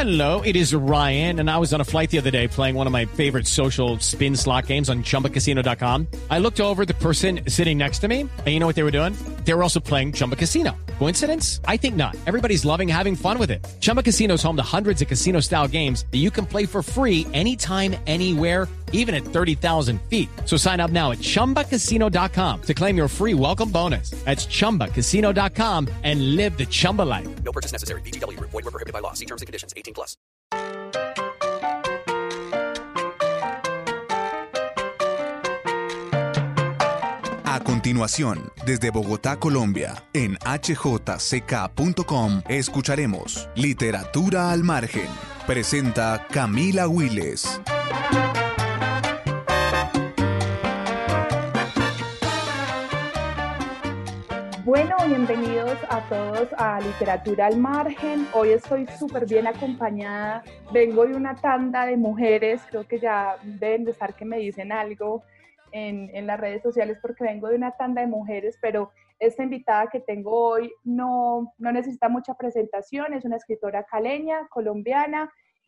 Hello, it is Ryan, and I was on a flight the other day playing one of my favorite social spin slot games on ChumbaCasino.com. I looked over at the person sitting next to me, and you know what they were doing? They were also playing Chumba Casino. Coincidence? I think not. Everybody's loving having fun with it. Chumba Casino is home to hundreds of casino-style games that you can play for free anytime, anywhere, even at 30,000 feet. So sign up now at ChumbaCasino.com to claim your free welcome bonus. That's ChumbaCasino.com and live the Chumba life. No purchase necessary. VGW. Void where prohibited by law. See terms and conditions. 18+. A continuación, desde Bogotá, Colombia, en hjck.com, escucharemos Literatura al Margen. Presenta Camila Willes. Bueno, bienvenidos a todos a Literatura al Margen. Hoy estoy súper bien acompañada. Vengo de una tanda de mujeres, creo que ya deben de estar que me dicen algo en las redes sociales porque vengo de una tanda de mujeres, pero esta invitada que tengo hoy no necesita mucha presentación. Es una escritora caleña, colombiana,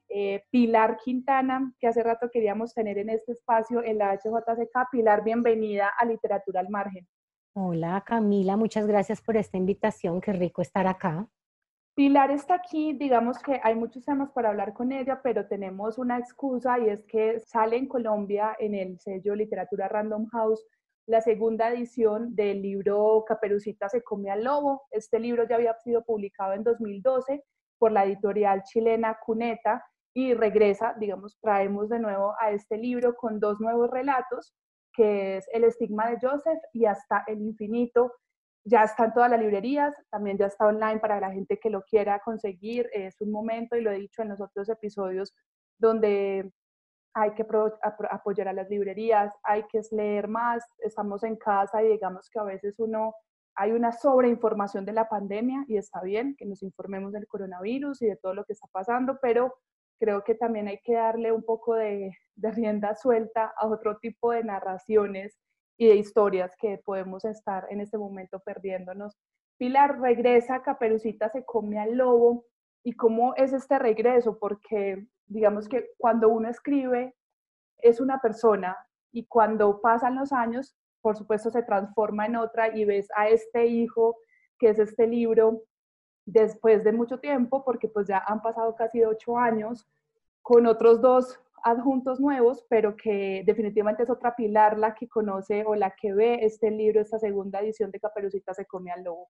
Pilar Quintana, que hace rato queríamos tener en este espacio en la HJCK. Pilar, bienvenida a Literatura al Margen. Hola Camila, muchas gracias por esta invitación, qué rico estar acá. Pilar está aquí, digamos que hay muchos temas para hablar con ella, pero tenemos una excusa y es que sale en Colombia en el sello Literatura Random House la segunda edición del libro Caperucita se come al lobo. Este libro ya había sido publicado en 2012 por la editorial chilena Cuneta y regresa, digamos, traemos de nuevo a este libro con dos nuevos relatos, que es El estigma de Joseph y Hasta el infinito. Ya está en todas las librerías, también ya está online para la gente que lo quiera conseguir. Es un momento, y lo he dicho en los otros episodios, donde hay que apoyar a las librerías, hay que leer más, estamos en casa y digamos que a veces hay una sobreinformación de la pandemia y está bien que nos informemos del coronavirus y de todo lo que está pasando, pero creo que también hay que darle un poco de rienda suelta a otro tipo de narraciones y de historias que podemos estar en este momento perdiéndonos. Pilar, regresa, Caperucita se come al lobo. ¿Y cómo es este regreso? Porque digamos que cuando uno escribe es una persona y cuando pasan los años, por supuesto se transforma en otra y ves a este hijo, que es este libro, después de mucho tiempo, porque pues ya han pasado casi 8 años, con otros dos adjuntos nuevos, pero que definitivamente es otra Pilar la que conoce o la que ve este libro, esta segunda edición de Caperucita se come al lobo.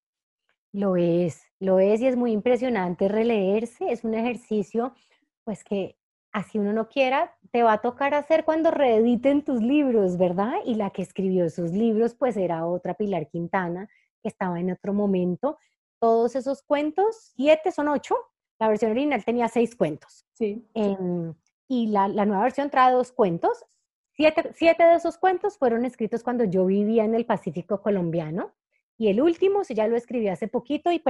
Lo es y es muy impresionante releerse, es un ejercicio pues que así uno no quiera, te va a tocar hacer cuando reediten tus libros, ¿verdad? Y la que escribió esos libros pues era otra Pilar Quintana, que estaba en otro momento. Todos esos cuentos, 7 son 8, la versión original tenía 6 cuentos. Sí. Y la nueva versión trae 2 cuentos. 7 de esos cuentos fueron escritos cuando yo vivía en el Pacífico colombiano. Y el último, sí, ya lo escribí hace poquito y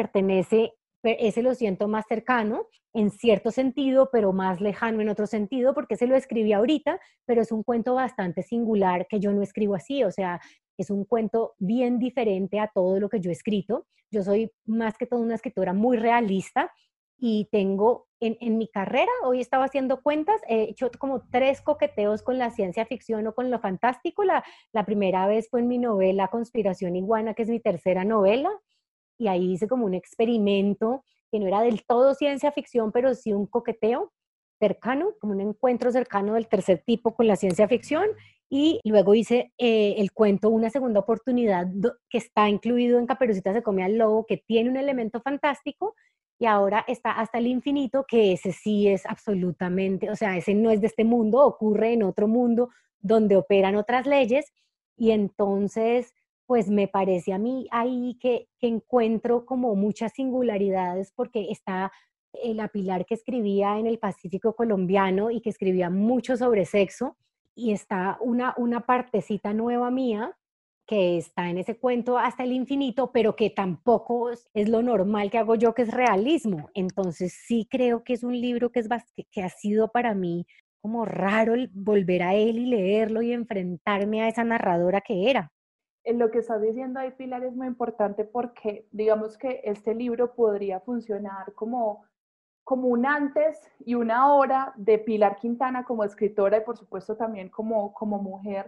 ese lo siento más cercano en cierto sentido, pero más lejano en otro sentido, porque ese lo escribí ahorita, pero es un cuento bastante singular que yo no escribo así, o sea, es un cuento bien diferente a todo lo que yo he escrito. Yo soy más que todo una escritora muy realista y tengo en mi carrera, hoy estaba haciendo cuentas, he hecho como 3 coqueteos con la ciencia ficción o con lo fantástico. La primera vez fue en mi novela Conspiración Iguana, que es mi tercera novela, y ahí hice como un experimento que no era del todo ciencia ficción, pero sí un coqueteo cercano, como un encuentro cercano del tercer tipo con la ciencia ficción. Y luego hice el cuento Una segunda oportunidad, que está incluido en Caperucita se come al lobo, que tiene un elemento fantástico. Y ahora está Hasta el infinito, que ese sí es absolutamente, o sea, ese no es de este mundo, ocurre en otro mundo donde operan otras leyes. Y entonces, pues me parece a mí ahí que encuentro como muchas singularidades, porque está la Pilar que escribía en el Pacífico colombiano y que escribía mucho sobre sexo, y está una partecita nueva mía que está en ese cuento Hasta el infinito, pero que tampoco es lo normal que hago yo, que es realismo. Entonces sí creo que es un libro que ha sido para mí como raro volver a él y leerlo y enfrentarme a esa narradora que era. En lo que estás diciendo ahí, Pilar, es muy importante porque digamos que este libro podría funcionar como como un antes y una ahora de Pilar Quintana como escritora y por supuesto también como mujer,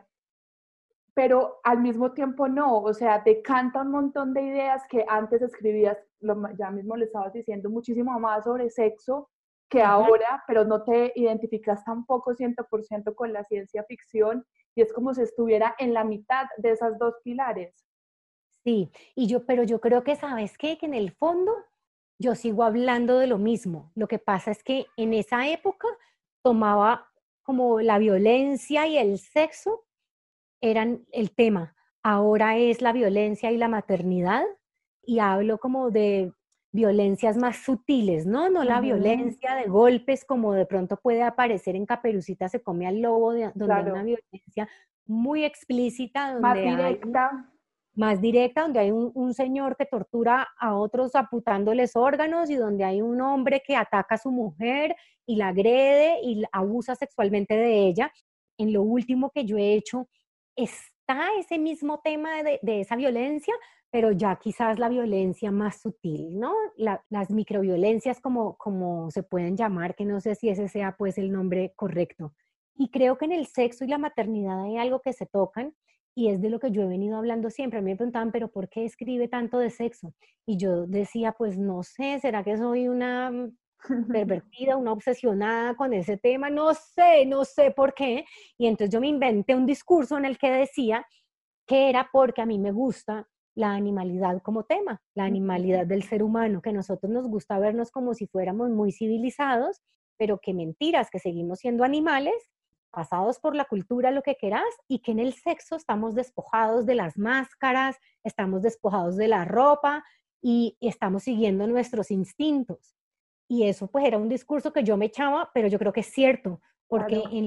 pero al mismo tiempo no, o sea, decanta un montón de ideas que antes escribías, ya mismo le estabas diciendo, muchísimo más sobre sexo que ahora, pero no te identificas tampoco 100% con la ciencia ficción y es como si estuviera en la mitad de esas dos pilares. Sí, pero yo creo que, ¿sabes qué? Que en el fondo yo sigo hablando de lo mismo. Lo que pasa es que en esa época tomaba como la violencia y el sexo eran el tema. Ahora es la violencia y la maternidad y hablo como de violencias más sutiles, ¿no? No la violencia de golpes como de pronto puede aparecer en Caperucita se come al lobo, donde hay una Claro, violencia muy explícita, más donde hay directa. más directa, donde hay un señor que tortura a otros amputándoles órganos y donde hay un hombre que ataca a su mujer y la agrede y abusa sexualmente de ella. En lo último que yo he hecho está ese mismo tema de esa violencia, pero ya quizás la violencia más sutil, ¿no? Las microviolencias como se pueden llamar, que no sé si ese sea pues el nombre correcto. Y creo que en el sexo y la maternidad hay algo que se tocan y es de lo que yo he venido hablando siempre. A mí me preguntaban, ¿pero por qué escribe tanto de sexo? Y yo decía, pues no sé, ¿será que soy una pervertida, una obsesionada con ese tema? No sé por qué. Y entonces yo me inventé un discurso en el que decía que era porque a mí me gusta la animalidad como tema, la animalidad del ser humano, que a nosotros nos gusta vernos como si fuéramos muy civilizados, pero que mentiras, que seguimos siendo animales pasados por la cultura, lo que quieras, y que en el sexo estamos despojados de las máscaras, estamos despojados de la ropa y estamos siguiendo nuestros instintos. Y eso pues era un discurso que yo me echaba, pero yo creo que es cierto, porque Claro.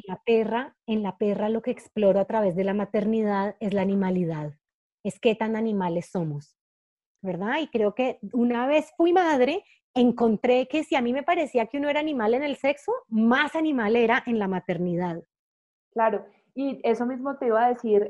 en la perra lo que exploro a través de la maternidad es la animalidad, es qué tan animales somos, ¿verdad? Y creo que una vez fui madre, encontré que si a mí me parecía que uno era animal en el sexo, más animal era en la maternidad. Claro, y eso mismo te iba a decir,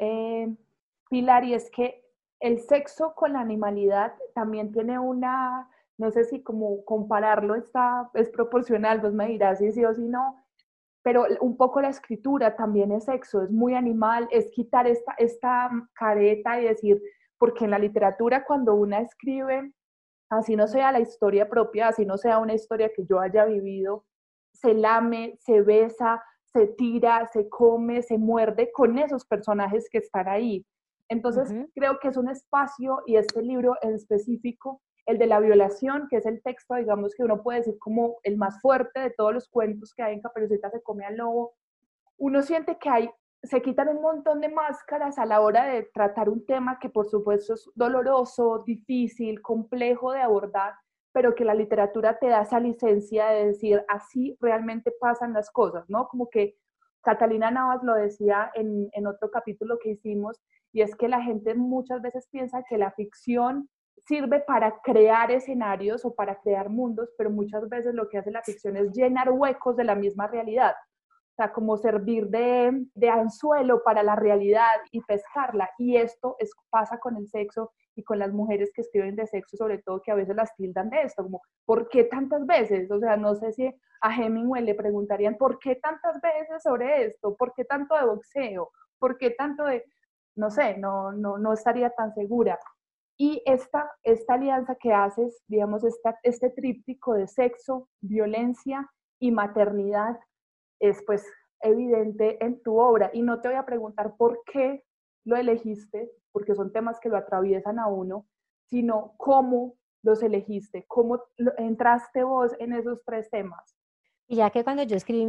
Pilar, y es que el sexo con la animalidad también tiene una, no sé si como compararlo es proporcional, vos me dirás si sí o si no, pero un poco la escritura también es sexo, es muy animal, es quitar esta careta y decir, porque en la literatura cuando una escribe, así no sea la historia propia, así no sea una historia que yo haya vivido, se lame, se besa, se tira, se come, se muerde con esos personajes que están ahí. Entonces, Ujú. creo que es un espacio y este libro en específico, el de la violación, que es el texto, digamos, que uno puede decir como el más fuerte de todos los cuentos que hay en Caperucita se come al lobo, uno siente que se quitan un montón de máscaras a la hora de tratar un tema que por supuesto es doloroso, difícil, complejo de abordar, pero que la literatura te da esa licencia de decir así realmente pasan las cosas, ¿no? Como que Catalina Navas lo decía en otro capítulo que hicimos, y es que la gente muchas veces piensa que la ficción sirve para crear escenarios o para crear mundos, pero muchas veces lo que hace la ficción es llenar huecos de la misma realidad. O sea, como servir de anzuelo para la realidad y pescarla. Y esto pasa con el sexo y con las mujeres que escriben de sexo, sobre todo, que a veces las tildan de esto, como, ¿por qué tantas veces? O sea, no sé si a Hemingway le preguntarían, ¿por qué tantas veces sobre esto? ¿Por qué tanto de boxeo? ¿Por qué tanto de, no sé, no estaría tan segura? Y esta alianza que haces, digamos, este tríptico de sexo, violencia y maternidad, es pues evidente en tu obra. Y no te voy a preguntar por qué lo elegiste, porque son temas que lo atraviesan a uno, sino cómo los elegiste, cómo entraste vos en esos tres temas. Y ya que cuando yo escribí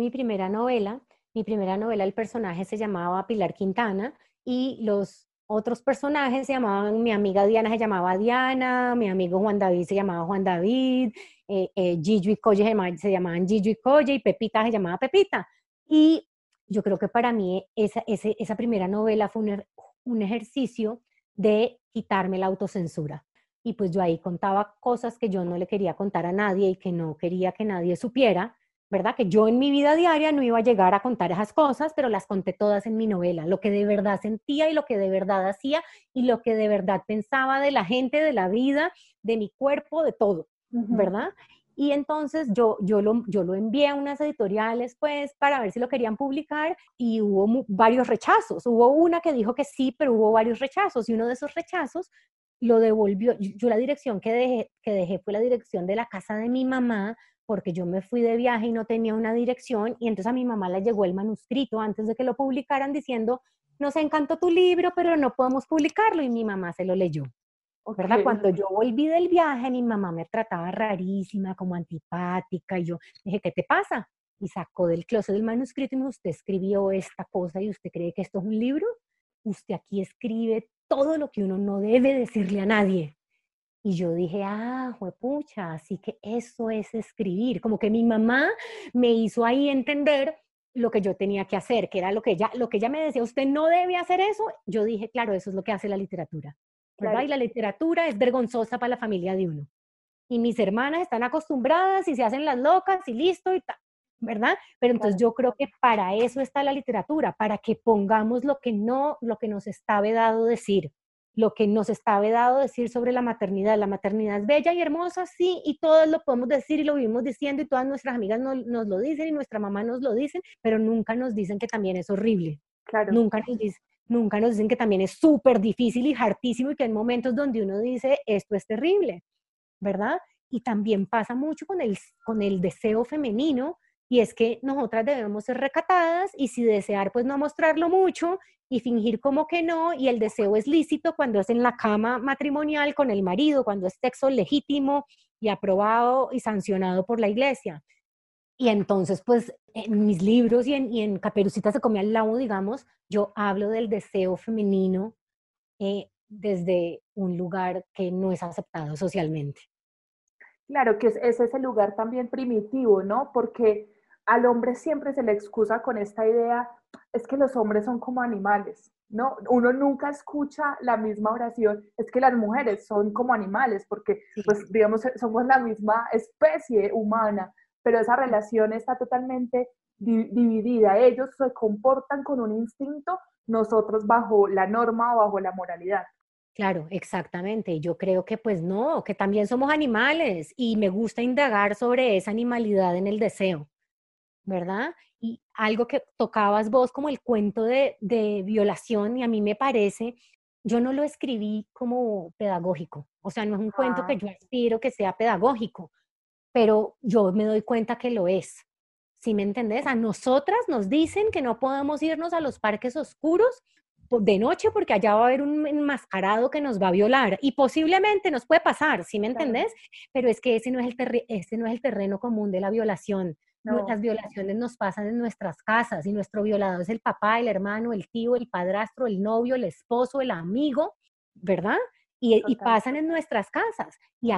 mi primera novela, el personaje se llamaba Pilar Quintana y los otros personajes se llamaban, mi amiga Diana se llamaba Diana, mi amigo Juan David se llamaba Juan David, Gillo y Colle se llamaban Gillo y Colle y Pepita se llamaba Pepita. Y yo creo que para mí esa primera novela fue un ejercicio de quitarme la autocensura. Y pues yo ahí contaba cosas que yo no le quería contar a nadie y que no quería que nadie supiera, ¿verdad? Que yo en mi vida diaria no iba a llegar a contar esas cosas, pero las conté todas en mi novela, lo que de verdad sentía y lo que de verdad hacía y lo que de verdad pensaba de la gente, de la vida, de mi cuerpo, de todo, Uh -huh. ¿verdad? Y entonces yo lo envié a unas editoriales pues para ver si lo querían publicar y hubo varios rechazos. Hubo una que dijo que sí, pero hubo varios rechazos y uno de esos rechazos lo devolvió. Yo la dirección que dejé fue la dirección de la casa de mi mamá porque yo me fui de viaje y no tenía una dirección y entonces a mi mamá le llegó el manuscrito antes de que lo publicaran diciendo, nos encantó tu libro, pero no podemos publicarlo y mi mamá se lo leyó. Ok, ¿Verdad? Cuando yo volví del viaje, mi mamá me trataba rarísima, como antipática, y yo dije, ¿qué te pasa? Y sacó del closet el manuscrito y me dijo, usted escribió esta cosa y usted cree que esto es un libro. Usted aquí escribe todo lo que uno no debe decirle a nadie. Y yo dije, juepucha, así que eso es escribir. Como que mi mamá me hizo ahí entender lo que yo tenía que hacer, que era lo que ella me decía, usted no debe hacer eso. Yo dije, claro, eso es lo que hace la literatura, ¿verdad? claro. Y la literatura es vergonzosa para la familia de uno. Y mis hermanas están acostumbradas y se hacen las locas y listo y tal, ¿verdad? Pero entonces Claro. yo creo que para eso está la literatura, para que pongamos lo que nos está vedado decir, lo que nos está vedado decir sobre la maternidad. La maternidad es bella y hermosa, sí, y todos lo podemos decir y lo vivimos diciendo y todas nuestras amigas nos lo dicen y nuestra mamá nos lo dicen, pero nunca nos dicen que también es horrible. Claro. Nunca nos dicen que también es súper difícil y hartísimo y que hay momentos donde uno dice, esto es terrible, ¿verdad? Y también pasa mucho con el deseo femenino, y es que nosotras debemos ser recatadas y si desear, pues no mostrarlo mucho y fingir como que no, y el deseo es lícito cuando es en la cama matrimonial con el marido, cuando es sexo legítimo y aprobado y sancionado por la iglesia. Y entonces, pues, en mis libros y en Caperucita se come al lado, digamos, yo hablo del deseo femenino desde un lugar que no es aceptado socialmente. Claro que ese es el lugar también primitivo, ¿no? Porque al hombre siempre se le excusa con esta idea, es que los hombres son como animales, ¿no? Uno nunca escucha la misma oración, es que las mujeres son como animales, porque, Sí. pues, digamos, somos la misma especie humana, pero esa relación está totalmente dividida. Ellos se comportan con un instinto, nosotros bajo la norma o bajo la moralidad. Claro, exactamente. Yo creo que pues no, que también somos animales y me gusta indagar sobre esa animalidad en el deseo, ¿verdad? Y algo que tocabas vos como el cuento de violación y a mí me parece, yo no lo escribí como pedagógico, o sea, no es un cuento que Ah, yo aspiro que sea pedagógico, pero yo me doy cuenta que lo es. ¿Sí me entendés? A nosotras nos dicen que no podemos irnos a los parques oscuros de noche porque allá va a haber un enmascarado que nos va a violar y posiblemente nos puede pasar, ¿sí me claro, entendés? Pero es que ese no es el terreno común de la violación. Las no, violaciones nos pasan en nuestras casas y nuestro violador es el papá, el hermano, el tío, el padrastro, el novio, el esposo, el amigo, ¿verdad? Y total. pasan en nuestras casas.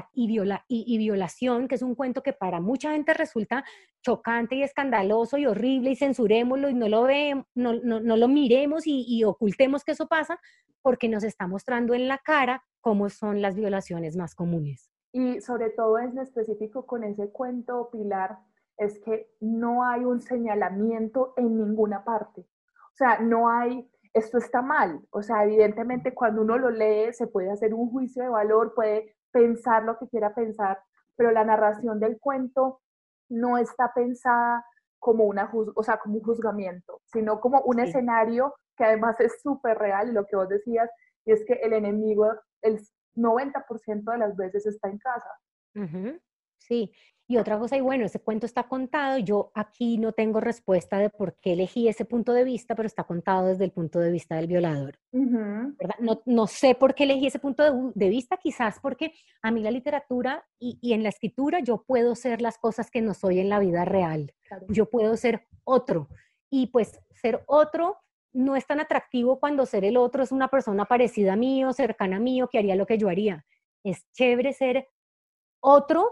Y violación, que es un cuento que para mucha gente resulta chocante y escandaloso y horrible y censurémoslo y no lo veamos, no lo miremos y ocultemos que eso pasa, porque nos está mostrando en la cara cómo son las violaciones más comunes. Y sobre todo en específico con ese cuento, Pilar, es que no hay un señalamiento en ninguna parte. O sea, no hay, esto está mal. O sea, evidentemente cuando uno lo lee se puede hacer un juicio de valor, puede pensar lo que quiera pensar, pero la narración del cuento no está pensada como o sea, como un juzgamiento, sino como un Sí. escenario que además es súper real, y lo que vos decías, y es que el enemigo, el 90% de las veces está en casa. Ujú, sí, y otra cosa, y bueno, ese cuento está contado, yo aquí no tengo respuesta de por qué elegí ese punto de vista, pero está contado desde el punto de vista del violador, Ujú, ¿verdad? No sé por qué elegí ese punto de vista, quizás porque a mí la literatura y en la escritura yo puedo ser las cosas que no soy en la vida real, claro, yo puedo ser otro, y pues ser otro no es tan atractivo cuando ser el otro es una persona parecida a mí o cercana a mí o que haría lo que yo haría. Es chévere ser otro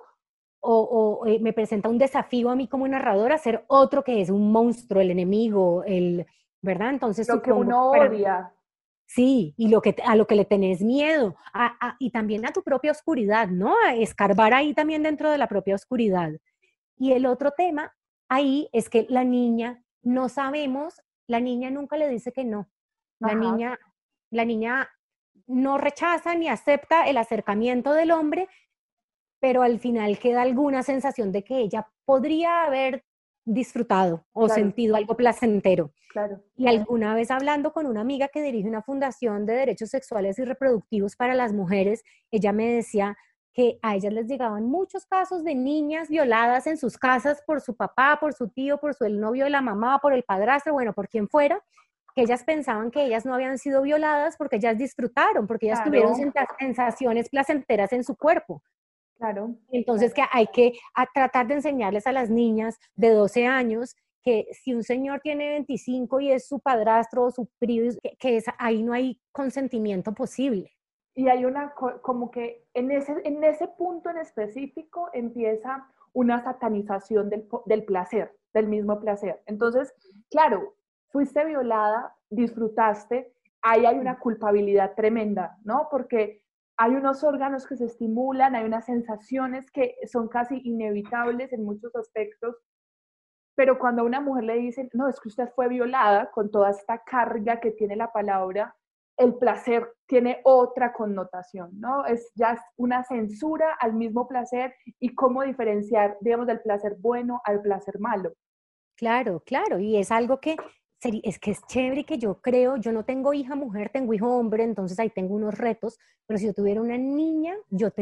me presenta un desafío a mí como narradora ser otro que es un monstruo, el enemigo, ¿verdad? Entonces lo que supongo que uno para odia, sí, y a lo que le tenés miedo, y también a tu propia oscuridad, ¿no? A escarbar ahí también dentro de la propia oscuridad. Y el otro tema ahí es que la niña, no sabemos, la niña nunca le dice que no. La ajá, niña, la niña no rechaza ni acepta el acercamiento del hombre, pero al final queda alguna sensación de que ella podría haber disfrutado o Claro. sentido algo placentero. Claro. Y alguna vez hablando con una amiga que dirige una fundación de derechos sexuales y reproductivos para las mujeres, ella me decía que a ellas les llegaban muchos casos de niñas violadas en sus casas por su papá, por su tío, por el novio de la mamá, por el padrastro, bueno, por quien fuera, que ellas pensaban que ellas no habían sido violadas porque ellas disfrutaron, porque ellas tuvieron Claro. sensaciones placenteras en su cuerpo. Claro. Entonces que hay que tratar de enseñarles a las niñas de 12 años que si un señor tiene 25 y es su padrastro o su primo, ahí no hay consentimiento posible. Y hay como que en ese punto en específico empieza una satanización del placer, del mismo placer. Entonces, claro, fuiste violada, disfrutaste, ahí hay una culpabilidad tremenda, ¿no? Porque hay unos órganos que se estimulan, hay unas sensaciones que son casi inevitables en muchos aspectos, pero cuando a una mujer le dicen, no, es que usted fue violada con toda esta carga que tiene la palabra, el placer tiene otra connotación, ¿no? Es ya una censura al mismo placer y cómo diferenciar, digamos, del placer bueno al placer malo. Claro, claro, y es algo que es chévere que yo creo, yo no tengo hija mujer, tengo hijo hombre, entonces ahí tengo unos retos, pero si yo tuviera una niña,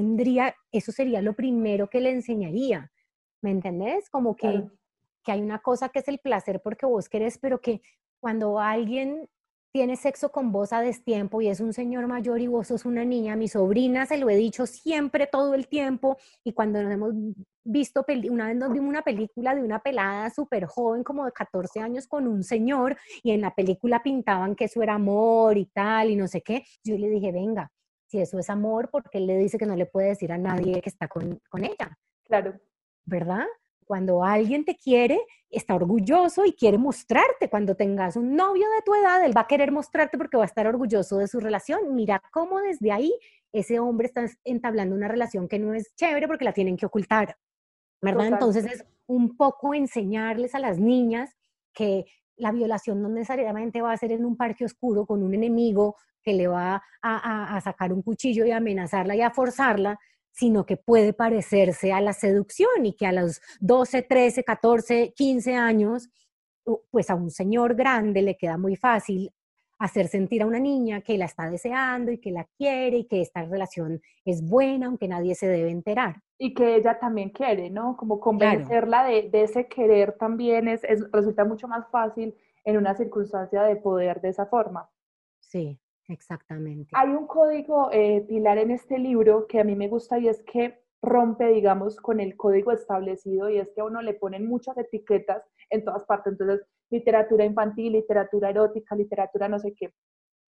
eso sería lo primero que le enseñaría, ¿me entendés? Como Claro. que hay una cosa que es el placer porque vos querés, pero que cuando alguien tiene sexo con vos a destiempo y es un señor mayor y vos sos una niña, a mi sobrina se lo he dicho siempre, todo el tiempo, y cuando nos hemos visto, una vez nos vimos una película de una pelada súper joven, como de 14 años, con un señor, y en la película pintaban que eso era amor y tal, y no sé qué. Yo le dije, venga, si eso es amor, porque él le dice que no le puede decir a nadie que está con ella, Claro. ¿verdad? Cuando alguien te quiere, está orgulloso y quiere mostrarte. Cuando tengas un novio de tu edad, él va a querer mostrarte porque va a estar orgulloso de su relación. Mira cómo desde ahí ese hombre está entablando una relación que no es chévere porque la tienen que ocultar, ¿verdad? Total. Entonces es un poco enseñarles a las niñas que la violación no necesariamente va a ser en un parque oscuro con un enemigo que le va a sacar un cuchillo y amenazarla y a forzarla, sino que puede parecerse a la seducción y que a los 12, 13, 14, 15 años, pues a un señor grande le queda muy fácil hacer sentir a una niña que la está deseando y que la quiere y que esta relación es buena, aunque nadie se debe enterar. Y que ella también quiere, ¿no? Como Claro, convencerla de ese querer también resulta mucho más fácil en una circunstancia de poder de esa forma. sí, exactamente. Hay un código, Pilar, en este libro que a mí me gusta y es que rompe, digamos, con el código establecido y es que a uno le ponen muchas etiquetas en todas partes. Entonces, literatura infantil, literatura erótica, literatura no sé qué.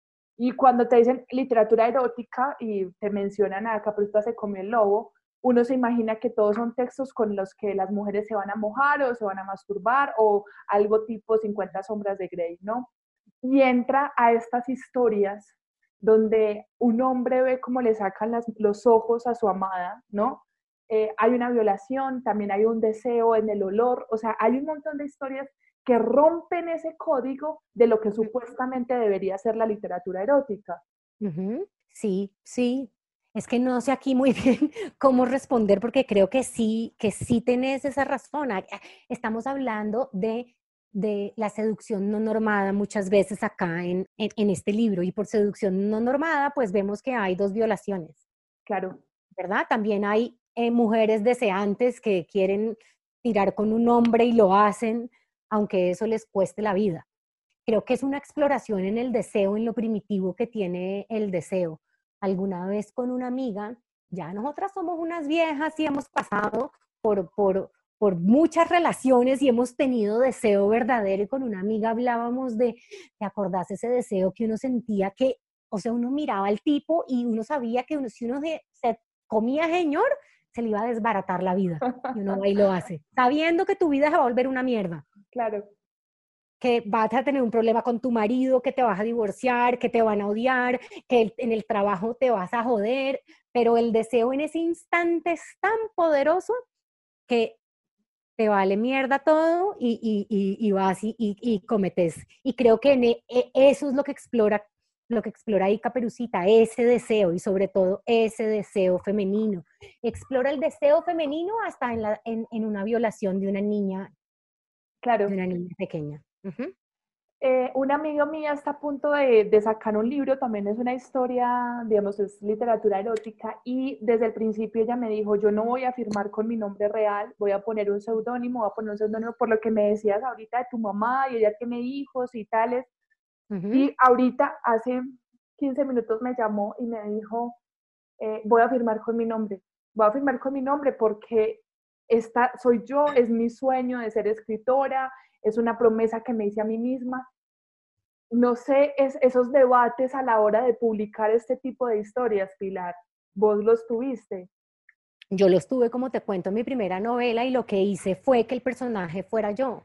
Y cuando te dicen literatura erótica y te mencionan a Caperucita se comió el lobo, uno se imagina que todos son textos con los que las mujeres se van a mojar o se van a masturbar o algo tipo 50 sombras de Grey, ¿no? Y entra a estas historias donde un hombre ve cómo le sacan los ojos a su amada, ¿no? Hay una violación, también hay un deseo en el olor, o sea, hay un montón de historias que rompen ese código de lo que supuestamente debería ser la literatura erótica. Ujú, sí, sí. Es que no sé aquí muy bien cómo responder porque creo que sí tenés esa razón. Estamos hablando de la seducción no normada muchas veces acá en este libro y por seducción no normada pues vemos que hay dos violaciones, Claro, ¿verdad? También hay mujeres deseantes que quieren tirar con un hombre y lo hacen aunque eso les cueste la vida. Creo que es una exploración en el deseo, en lo primitivo que tiene el deseo. Alguna vez con una amiga, ya nosotras somos unas viejas y hemos pasado por muchas relaciones y hemos tenido deseo verdadero y con una amiga hablábamos ¿te acordás ese deseo que uno sentía que, o sea, uno miraba al tipo y uno sabía que si uno se comía señor, se le iba a desbaratar la vida y uno va y lo hace, sabiendo que tu vida se va a volver una mierda, claro, que vas a tener un problema con tu marido, que te vas a divorciar, que te van a odiar, que en el trabajo te vas a joder, pero el deseo en ese instante es tan poderoso que te vale mierda todo y vas y cometes. Y creo que eso es lo que explora lo que explora ahí Caperucita, ese deseo y sobre todo ese deseo femenino. Explora el deseo femenino hasta en una violación Claro. de una niña pequeña. Uh-huh. Una amiga mía está a punto de sacar un libro, también es una historia, digamos, es literatura erótica, y desde el principio ella me dijo, yo no voy a firmar con mi nombre real, voy a poner un seudónimo, por lo que me decías ahorita de tu mamá, y ella tiene hijos y tales, y ahorita, hace 15 minutos me llamó y me dijo, voy a firmar con mi nombre, voy a firmar con mi nombre porque esta soy yo, es mi sueño de ser escritora, es una promesa que me hice a mí misma. No sé, esos debates a la hora de publicar este tipo de historias, Pilar, ¿vos los tuviste? Yo los tuve, como te cuento, en mi primera novela y lo que hice fue que el personaje fuera yo.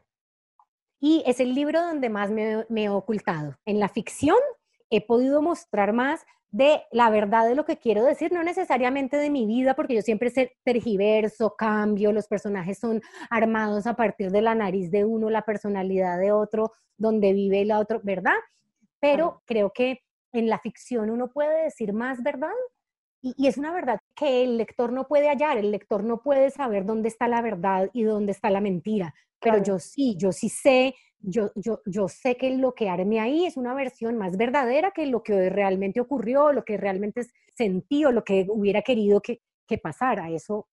Y es el libro donde más me he ocultado. En la ficción he podido mostrar más de la verdad de lo que quiero decir, no necesariamente de mi vida, porque yo siempre tergiverso, cambio, los personajes son armados a partir de la nariz de uno, la personalidad de otro, donde vive el otro, ¿verdad? Pero creo que en la ficción uno puede decir más verdad y es una verdad que el lector no puede hallar, el lector no puede saber dónde está la verdad y dónde está la mentira, pero Claro. yo sí sé, yo sé que lo que armé ahí es una versión más verdadera que lo que realmente ocurrió, lo que realmente sentí o lo que hubiera querido que pasara,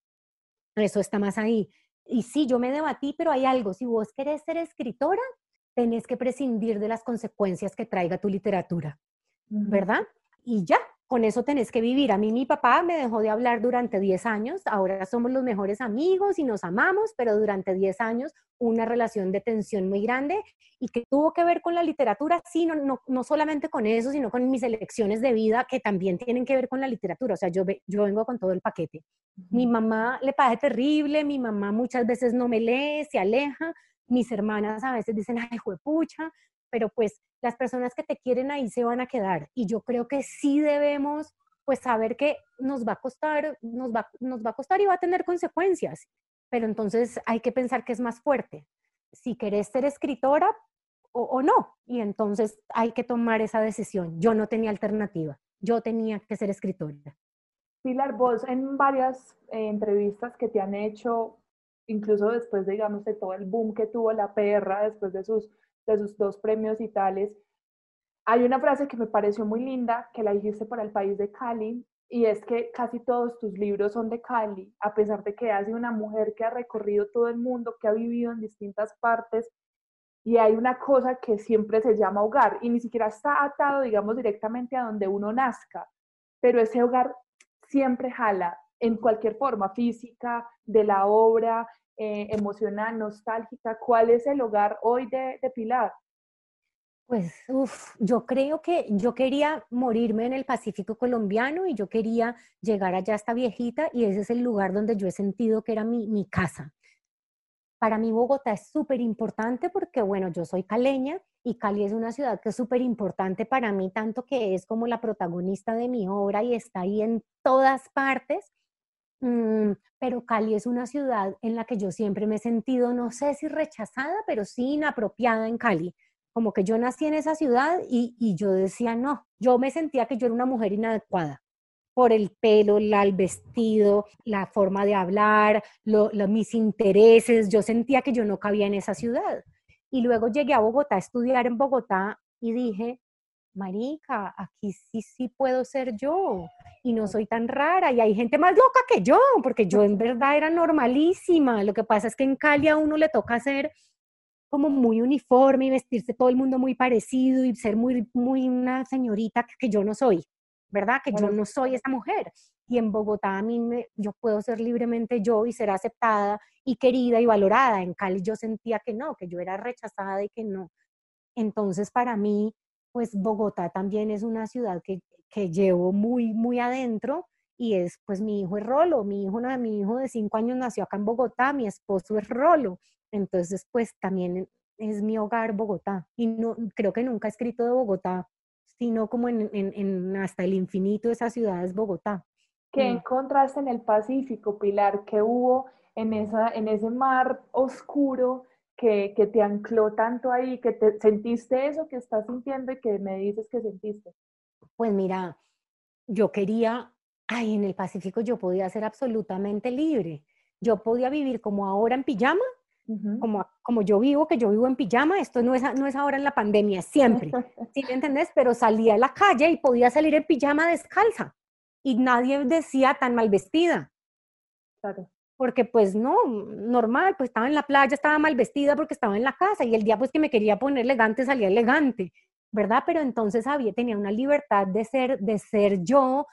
eso está más ahí. Y sí, yo me debatí, pero hay algo, si vos querés ser escritora, tenés que prescindir de las consecuencias que traiga tu literatura, ¿verdad? Y ya, con eso tenés que vivir. A mí mi papá me dejó de hablar durante 10 años, ahora somos los mejores amigos y nos amamos, pero durante 10 años una relación de tensión muy grande y que tuvo que ver con la literatura, sí, no solamente con eso, sino con mis elecciones de vida que también tienen que ver con la literatura, o sea, yo vengo con todo el paquete. Mi mamá le parece terrible, mi mamá muchas veces no me lee, se aleja, mis hermanas a veces dicen, ay, juepucha, pero pues las personas que te quieren ahí se van a quedar. Y yo creo que sí debemos pues saber que nos va a costar, nos va a costar y va a tener consecuencias. Pero entonces hay que pensar que es más fuerte. Si querés ser escritora o no. Y entonces hay que tomar esa decisión. Yo no tenía alternativa. Yo tenía que ser escritora. Pilar, vos en varias entrevistas que te han hecho, incluso después, digamos, de todo el boom que tuvo La Perra, después de sus dos premios y tales, hay una frase que me pareció muy linda, que la dijiste para el país de Cali, y es que casi todos tus libros son de Cali, a pesar de que has sido una mujer que ha recorrido todo el mundo, que ha vivido en distintas partes, y hay una cosa que siempre se llama hogar, y ni siquiera está atado, digamos, directamente a donde uno nazca, pero ese hogar siempre jala en cualquier forma, física, de la obra, emocional, nostálgica. ¿Cuál es el hogar hoy de Pilar? Pues, yo creo que yo quería morirme en el Pacífico colombiano y yo quería llegar allá hasta viejita y ese es el lugar donde yo he sentido que era mi casa. Para mí Bogotá es súper importante porque, bueno, yo soy caleña y Cali es una ciudad que es súper importante para mí, tanto que es como la protagonista de mi obra y está ahí en todas partes. Pero Cali es una ciudad en la que yo siempre me he sentido, no sé si rechazada, pero sí inapropiada en Cali. Como que yo nací en esa ciudad y yo decía, no, yo me sentía que yo era una mujer inadecuada por el pelo, el vestido, la forma de hablar, mis intereses. Yo sentía que yo no cabía en esa ciudad. Y luego llegué a Bogotá a estudiar en Bogotá y dije, marica, aquí sí puedo ser yo y no soy tan rara y hay gente más loca que yo, porque yo en verdad era normalísima. Lo que pasa es que en Cali a uno le toca ser como muy uniforme y vestirse todo el mundo muy parecido y ser muy una señorita que yo no soy, ¿verdad? Que yo no soy esa mujer. Y en Bogotá yo puedo ser libremente yo y ser aceptada y querida y valorada. En Cali yo sentía que no, que yo era rechazada y que no. Entonces para mí, pues Bogotá también es una ciudad que llevo muy adentro y es, pues mi hijo es Rolo, mi hijo de 5 años nació acá en Bogotá, mi esposo es Rolo. Entonces, pues también es mi hogar Bogotá. Y no, creo que nunca he escrito de Bogotá, sino como en hasta el infinito de esa ciudad es Bogotá. ¿Qué encontraste en el Pacífico, Pilar? ¿Qué hubo en ese mar oscuro que te ancló tanto ahí, que te sentiste eso que estás sintiendo y que me dices que sentiste? Pues mira, yo quería, ay, en el Pacífico yo podía ser absolutamente libre. Yo podía vivir como ahora en pijama, Ujú. como yo vivo, que yo vivo en pijama. Esto no es ahora en la pandemia, es siempre. ¿Sí me entendés? Pero salía a la calle y podía salir en pijama descalza. Y nadie decía tan mal vestida. Claro. Porque pues no, normal, pues estaba en la playa, estaba mal vestida porque estaba en la casa y el día pues que me quería poner elegante salía elegante, ¿verdad? Pero entonces tenía una libertad de ser yo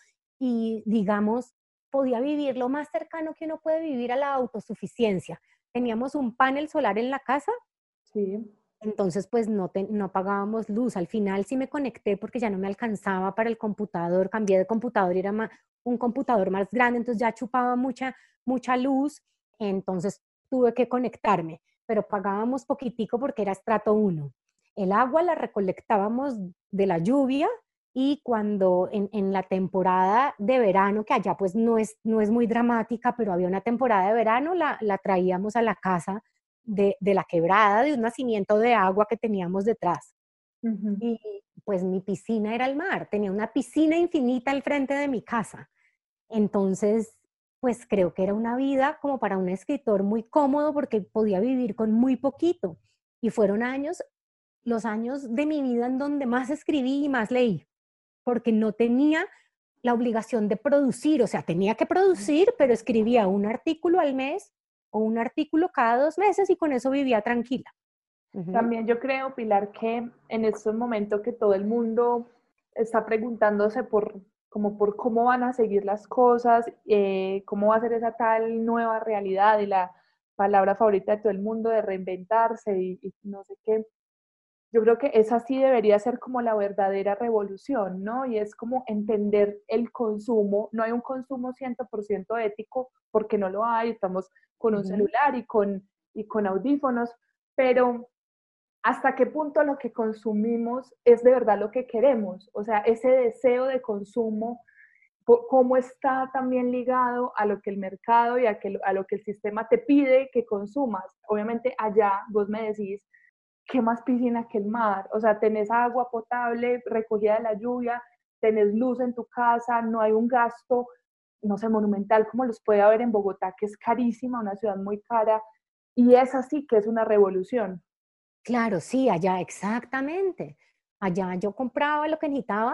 y digamos, podía vivir lo más cercano que uno puede vivir a la autosuficiencia. Teníamos un panel solar en la casa, Sí. entonces pues no pagábamos luz. Al final sí me conecté porque ya no me alcanzaba para el computador, cambié de computador y era un computador más grande, entonces ya chupaba mucha luz, entonces tuve que conectarme, pero pagábamos poquitico porque era estrato 1. El agua la recolectábamos de la lluvia y cuando en la temporada de verano, que allá pues no es muy dramática, pero había una temporada de verano, la traíamos a la casa de la quebrada, de un nacimiento de agua que teníamos detrás. Ujú. Y pues mi piscina era el mar, tenía una piscina infinita al frente de mi casa. Entonces, pues creo que era una vida como para un escritor muy cómodo porque podía vivir con muy poquito. Y fueron los años de mi vida en donde más escribí y más leí, porque no tenía la obligación de producir, o sea, tenía que producir, pero escribía un artículo al mes o un artículo cada 2 meses y con eso vivía tranquila. Ujú. También yo creo, Pilar, que en estos momentos que todo el mundo está preguntándose como por cómo van a seguir las cosas, cómo va a ser esa tal nueva realidad y la palabra favorita de todo el mundo de reinventarse y no sé qué. Yo creo que esa sí debería ser como la verdadera revolución, ¿no? Y es como entender el consumo. No hay un consumo 100% ético porque no lo hay. Estamos con un Ujú. celular y con audífonos, pero hasta qué punto lo que consumimos es de verdad lo que queremos. O sea, ese deseo de consumo, cómo está también ligado a lo que el mercado y a lo que el sistema te pide que consumas. Obviamente allá vos me decís, ¿qué más piscina que el mar? O sea, tenés agua potable recogida de la lluvia, tenés luz en tu casa, no hay un gasto, no sé, monumental como los puede haber en Bogotá, que es carísima, una ciudad muy cara, y es así que es una revolución. Claro, sí, allá, exactamente. Allá yo compraba lo que necesitaba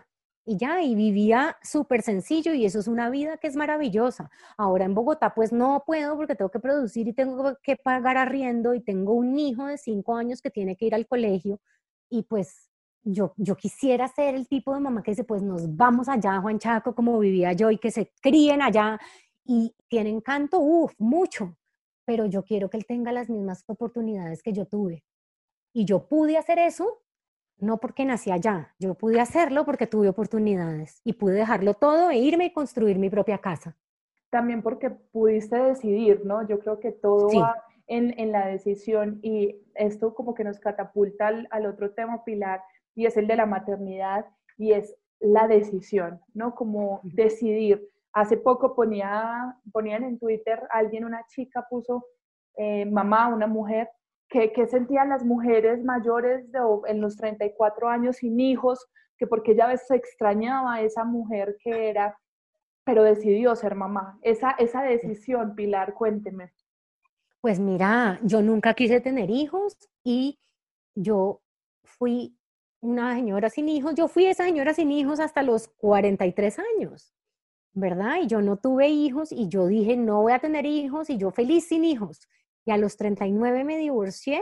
y vivía súper sencillo y eso es una vida que es maravillosa. Ahora en Bogotá pues no puedo porque tengo que producir y tengo que pagar arriendo y tengo un hijo de 5 años que tiene que ir al colegio y pues yo quisiera ser el tipo de mamá que dice pues nos vamos allá a Juan Chaco como vivía yo y que se críen allá y tienen encanto, uff, mucho, pero yo quiero que él tenga las mismas oportunidades que yo tuve. Y yo pude hacer eso, no porque nací allá, yo pude hacerlo porque tuve oportunidades y pude dejarlo todo e irme y construir mi propia casa. También porque pudiste decidir, ¿no? Yo creo que todo va Sí, en la decisión y esto como que nos catapulta al otro tema, Pilar, y es el de la maternidad y es la decisión, ¿no? Como decidir. Hace poco ponían en Twitter, una chica puso, mamá, una mujer, que sentían las mujeres mayores en los 34 años sin hijos, que porque ella a veces extrañaba a esa mujer que era, pero decidió ser mamá. Esa decisión, Pilar, cuénteme. pues mira, yo nunca quise tener hijos y yo fui una señora sin hijos, yo fui esa señora sin hijos hasta los 43 años, ¿verdad? Y yo no tuve hijos y yo dije, no voy a tener hijos y yo feliz sin hijos. Y a los 39 me divorcié.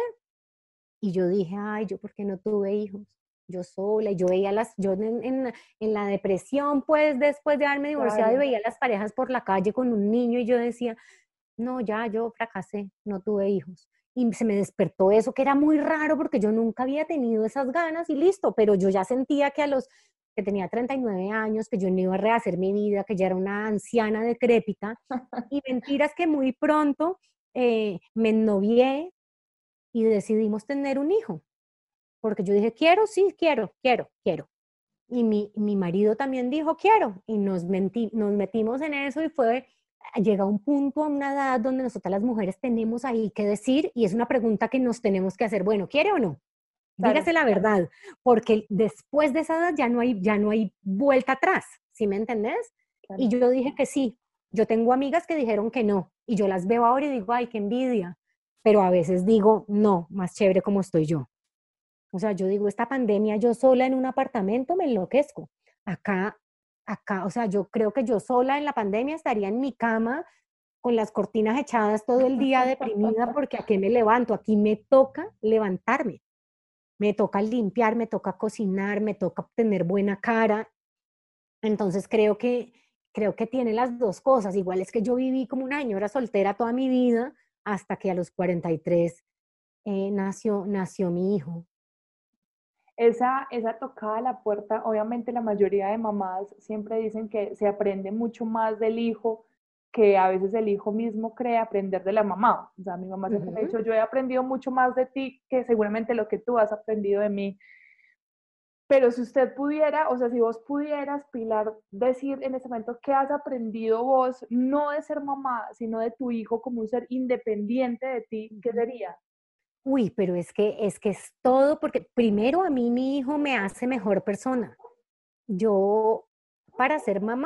Y yo dije, ay, ¿yo por qué no tuve hijos? Yo sola, y yo veía yo en la depresión, pues después de haberme divorciado y Claro. veía las parejas por la calle con un niño y yo decía, no, ya, yo fracasé, no tuve hijos. Y se me despertó eso, que era muy raro porque yo nunca había tenido esas ganas y listo, pero yo ya sentía que tenía 39 años, que yo no iba a rehacer mi vida, que ya era una anciana decrépita. Y mentiras que muy pronto me ennovié y decidimos tener un hijo, porque yo dije, quiero, sí, quiero. Y mi marido también dijo, quiero, y nos metimos en eso y llega un punto, a una edad donde nosotras las mujeres tenemos ahí que decir, y es una pregunta que nos tenemos que hacer, bueno, ¿quiere o no? Claro, dígase la verdad, porque después de esa edad ya no hay vuelta atrás, ¿sí me entendés? claro. Y yo dije que sí. Yo tengo amigas que dijeron que no, y yo las veo ahora y digo, ay, qué envidia, pero a veces digo, no, más chévere como estoy yo. O sea, yo digo, esta pandemia, yo sola en un apartamento me enloquezco. Acá, o sea, yo creo que yo sola en la pandemia estaría en mi cama con las cortinas echadas todo el día deprimida porque aquí me levanto, aquí me toca levantarme, me toca limpiar, me toca cocinar, me toca tener buena cara. Entonces creo que tiene las dos cosas. Igual es que yo viví como un año, era soltera toda mi vida hasta que a los 43 nació mi hijo. Esa tocada a la puerta, obviamente la mayoría de mamás siempre dicen que se aprende mucho más del hijo que a veces el hijo mismo cree aprender de la mamá. O sea, mi mamá siempre me ha Ujú. dicho, yo he aprendido mucho más de ti que seguramente lo que tú has aprendido de mí. Pero si usted pudiera, o sea, si vos pudieras, Pilar, decir en este momento qué has aprendido vos, no de ser mamá, sino de tu hijo como un ser independiente de ti, ¿qué Ujú. sería? Uy, pero es que es todo, porque primero a mí mi hijo me hace mejor persona. Yo, para ser mamá,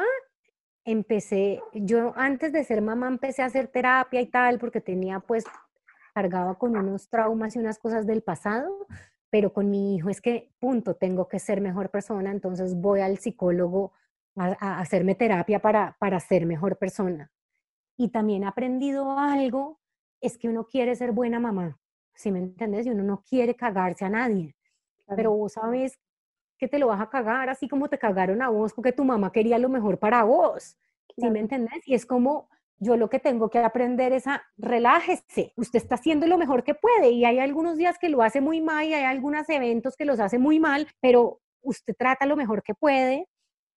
yo antes de ser mamá empecé a hacer terapia y tal, porque tenía pues, cargaba con unos traumas y unas cosas del pasado, pero con mi hijo es que, punto, tengo que ser mejor persona, entonces voy al psicólogo a hacerme terapia para ser mejor persona. Y también he aprendido algo, es que uno quiere ser buena mamá, ¿sí me entiendes? Y uno no quiere cagarse a nadie, pero Claro, vos sabes que te lo vas a cagar así como te cagaron a vos porque tu mamá quería lo mejor para vos, ¿sí me claro. entendés? Y es como yo lo que tengo que aprender es a relájese, usted está haciendo lo mejor que puede y hay algunos días que lo hace muy mal y hay algunos eventos que los hace muy mal, pero usted trata lo mejor que puede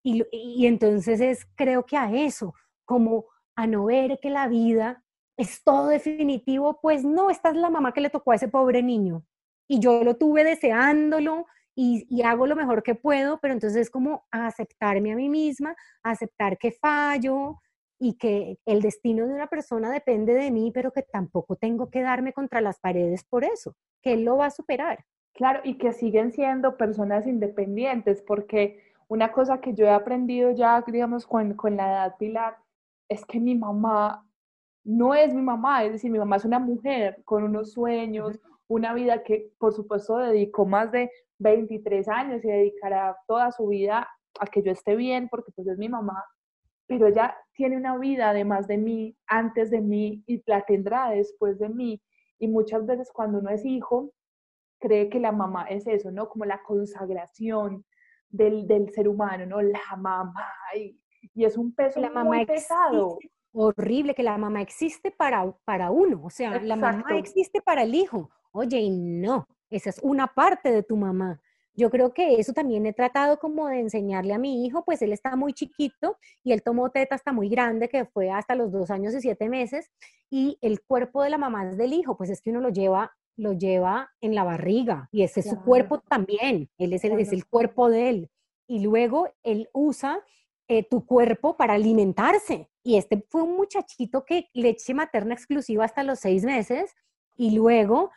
y entonces creo que a eso, como a no ver que la vida es todo definitivo, pues no, esta es la mamá que le tocó a ese pobre niño y yo lo tuve deseándolo y hago lo mejor que puedo, pero entonces es como a aceptarme a mí misma, a aceptar que fallo y que el destino de una persona depende de mí, pero que tampoco tengo que darme contra las paredes por eso, que él lo va a superar. Claro, y que siguen siendo personas independientes, porque una cosa que yo he aprendido ya, digamos, con la edad Pilar, es que mi mamá no es mi mamá, es decir, mi mamá es una mujer con unos sueños, Ujú. una vida que por supuesto dedicó más de 23 años y dedicará toda su vida a que yo esté bien, porque pues es mi mamá, pero ella tiene una vida además de mí, antes de mí y la tendrá después de mí. Y muchas veces cuando uno es hijo, cree que la mamá es eso, ¿no? Como la consagración del ser humano, ¿no? La mamá. Y es un peso La muy mamá pesado. existe, horrible que la mamá existe para uno, o sea, la mamá Exacto. existe para el hijo. Oye, y no, esa es una parte de tu mamá. Yo creo que eso también he tratado como de enseñarle a mi hijo, pues él está muy chiquito y él tomó teta hasta muy grande, que fue hasta los 2 años y 7 meses, y el cuerpo de la mamá es del hijo, pues es que uno lo lleva en la barriga y ese es su Claro, cuerpo también, él es claro. el cuerpo de él. Y luego él usa tu cuerpo para alimentarse. Y este fue un muchachito que leche materna exclusiva hasta los 6 meses y luego,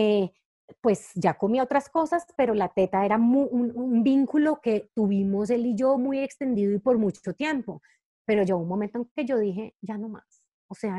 pues ya comía otras cosas, pero la teta era un vínculo que tuvimos él y yo muy extendido y por mucho tiempo. Pero llegó un momento en que yo dije, ya no más. O sea,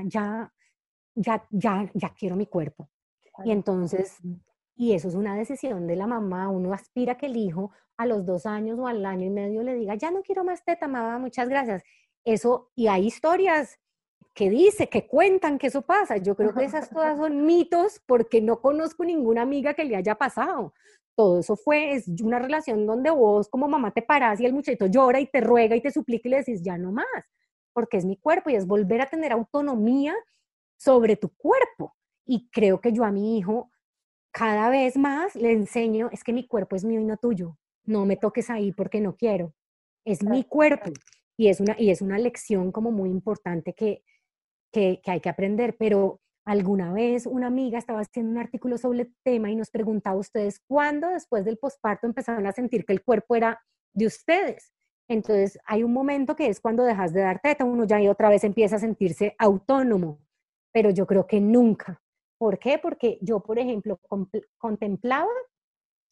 ya quiero mi cuerpo. Y Claro. entonces, y eso es una decisión de la mamá, uno aspira a que el hijo a los 2 años o al año y medio le diga, ya no quiero más teta, mamá, muchas gracias. Eso, y hay historias que cuentan que eso pasa. Yo creo que esas todas son mitos porque no conozco ninguna amiga que le haya pasado. Todo eso es una relación donde vos como mamá te parás y el muchachito llora y te ruega y te suplica y le decís, ya no más, porque es mi cuerpo y es volver a tener autonomía sobre tu cuerpo. Y creo que yo a mi hijo cada vez más le enseño, es que mi cuerpo es mío y no tuyo. No me toques ahí porque no quiero. Es mi Claro. cuerpo. Y es una lección como muy importante que hay que aprender. Pero alguna vez una amiga estaba haciendo un artículo sobre el tema y nos preguntaba a ustedes cuándo después del posparto empezaron a sentir que el cuerpo era de ustedes. Entonces hay un momento que es cuando dejas de dar teta, uno ya y otra vez empieza a sentirse autónomo, pero yo creo que nunca. ¿Por qué? Porque yo, por ejemplo, contemplaba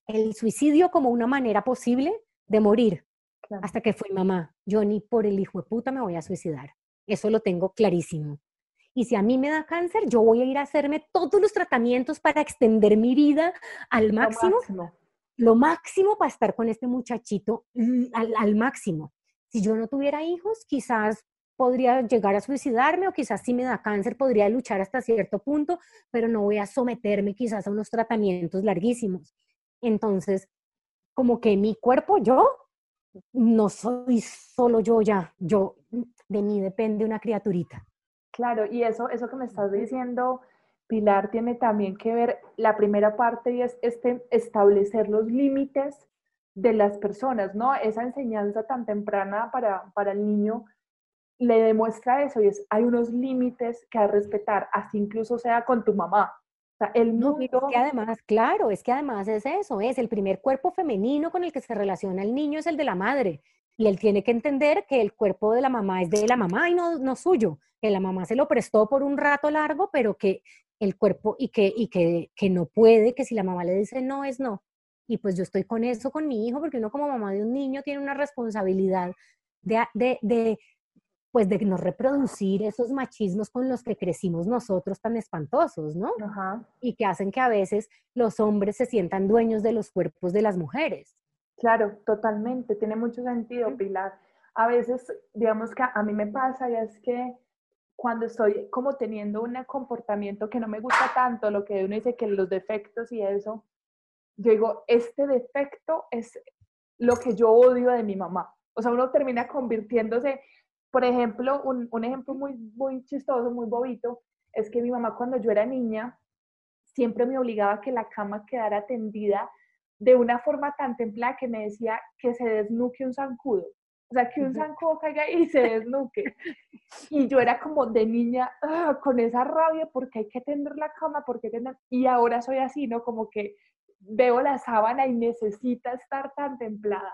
el suicidio como una manera posible de morir, Claro. hasta que fui mamá. Yo ni por el hijo de puta me voy a suicidar. Eso lo tengo clarísimo. Y si a mí me da cáncer, yo voy a ir a hacerme todos los tratamientos para extender mi vida al Lo máximo, máximo. lo máximo para estar con este muchachito al máximo. Si yo no tuviera hijos, quizás podría llegar a suicidarme o quizás si me da cáncer podría luchar hasta cierto punto, pero no voy a someterme quizás a unos tratamientos larguísimos. Entonces, como que mi cuerpo, yo no soy solo yo ya, yo, de mí depende una criaturita. Claro, y eso que me estás diciendo, Pilar, tiene también que ver la primera parte y es establecer los límites de las personas, ¿no? Esa enseñanza tan temprana para el niño le demuestra eso y es, hay unos límites que hay que respetar, así incluso sea con tu mamá. O sea, el No, es que mundo, además, claro, es que además es eso, es el primer cuerpo femenino con el que se relaciona el niño es el de la madre. Y él tiene que entender que el cuerpo de la mamá es de la mamá y no suyo, que la mamá se lo prestó por un rato largo, pero que el cuerpo que no puede, que si la mamá le dice no es no. Y pues yo estoy con eso con mi hijo, porque uno como mamá de un niño tiene una responsabilidad de pues de no reproducir esos machismos con los que crecimos nosotros tan espantosos, ¿no? ajá, Y que hacen que a veces los hombres se sientan dueños de los cuerpos de las mujeres. claro, totalmente, tiene mucho sentido, Pilar. A veces, digamos que a mí me pasa y es que cuando estoy como teniendo un comportamiento que no me gusta tanto, lo que uno dice que los defectos y eso, yo digo, este defecto es lo que yo odio de mi mamá. O sea, uno termina convirtiéndose, por ejemplo, un ejemplo muy chistoso, muy bobito, es que mi mamá cuando yo era niña siempre me obligaba a que la cama quedara tendida de una forma tan templada que me decía que se desnuque un zancudo. O sea, que un zancudo caiga y se desnuque. Y yo era como de niña con esa rabia porque hay que tender la cama, porque tender... Y ahora soy así, ¿no? Como que veo la sábana y necesita estar tan templada.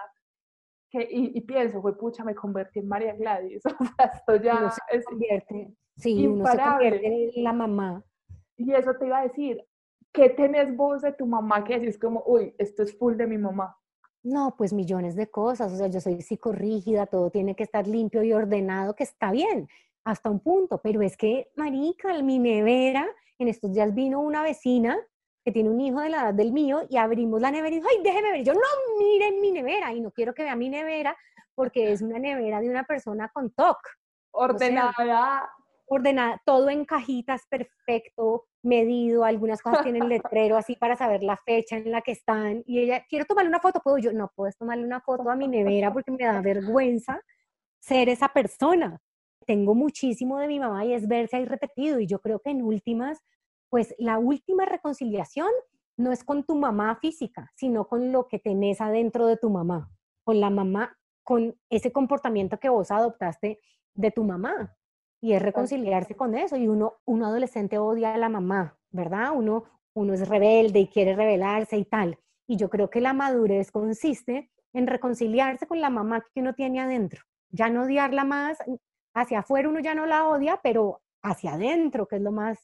Y pienso, fue pucha, me convertí en María Gladys. O sea, esto Uno ya se es convierte, sí, uno se imparable. convierte en la mamá. Y eso te iba a decir, ¿qué tenés vos de tu mamá que decís como, uy, esto es full de mi mamá? No, pues millones de cosas, o sea, yo soy psicorrígida, todo tiene que estar limpio y ordenado, que está bien, hasta un punto, pero es que, marica, mi nevera, en estos días vino una vecina que tiene un hijo de la edad del mío y abrimos la nevera y dijo, ay, déjeme ver, yo no, miren mi nevera y no quiero que vea mi nevera porque es una nevera de una persona con TOC, o sea, Ordenada, ordenada, todo en cajitas, perfecto, medido, algunas cosas tienen letrero así para saber la fecha en la que están, y ella, quiero tomarle una foto, puedo yo, no puedes tomarle una foto a mi nevera porque me da vergüenza ser esa persona. Tengo muchísimo de mi mamá y es verse ahí repetido, y yo creo que en últimas, pues la última reconciliación no es con tu mamá física, sino con lo que tenés adentro de tu mamá, con la mamá, con ese comportamiento que vos adoptaste de tu mamá y es reconciliarse con eso. Y uno adolescente odia a la mamá, ¿verdad? Uno es rebelde y quiere rebelarse y tal. Y yo creo que la madurez consiste en reconciliarse con la mamá que uno tiene adentro. Ya no odiarla más, hacia afuera uno ya no la odia, pero hacia adentro, que es